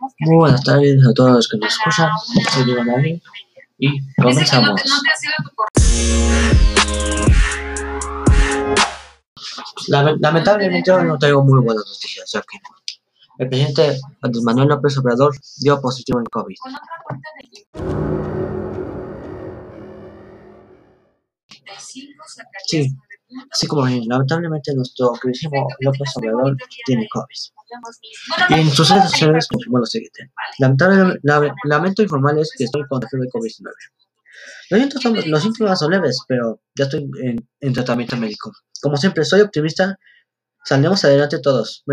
Muy buenas tardes a todos los que nos escuchan. Soy Diego Nani y comenzamos. Lamentablemente hoy no tengo muy buenas noticias, ya que el presidente Andrés Manuel López Obrador dio positivo en COVID. Sí, así como lamentablemente nuestro queridísimo López Obrador tiene COVID. Y en sus redes sociales confirmó lo siguiente: lamento informarles que estoy contagiado de COVID-19. Los síntomas son leves, pero ya estoy en tratamiento médico. Como siempre, soy optimista. Saldremos adelante todos.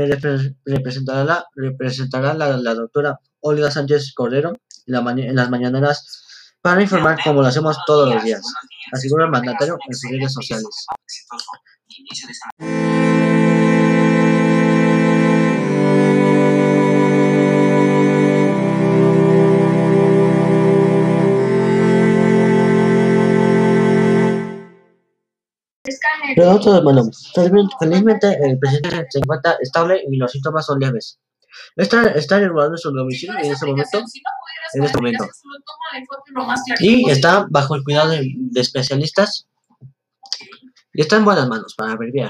Representará la doctora Olga Sánchez Cordero en las mañaneras para informar como lo hacemos todos los días, asegura el mandatario en sus redes sociales. Pero bueno, felizmente el presidente se encuentra estable y los síntomas son leves. Está regulando su domicilio en este momento. Y está bajo el cuidado de especialistas y está en buenas manos, para abreviar.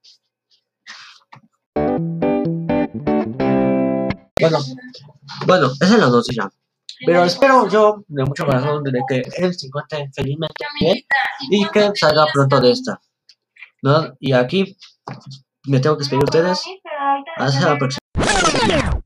Bueno, esa es la noticia. Pero espero yo, de mucho corazón, de que él se encuentre felizmente bien y que salga pronto de esta, ¿no? Y aquí me tengo que despedir de ustedes. Hasta la próxima.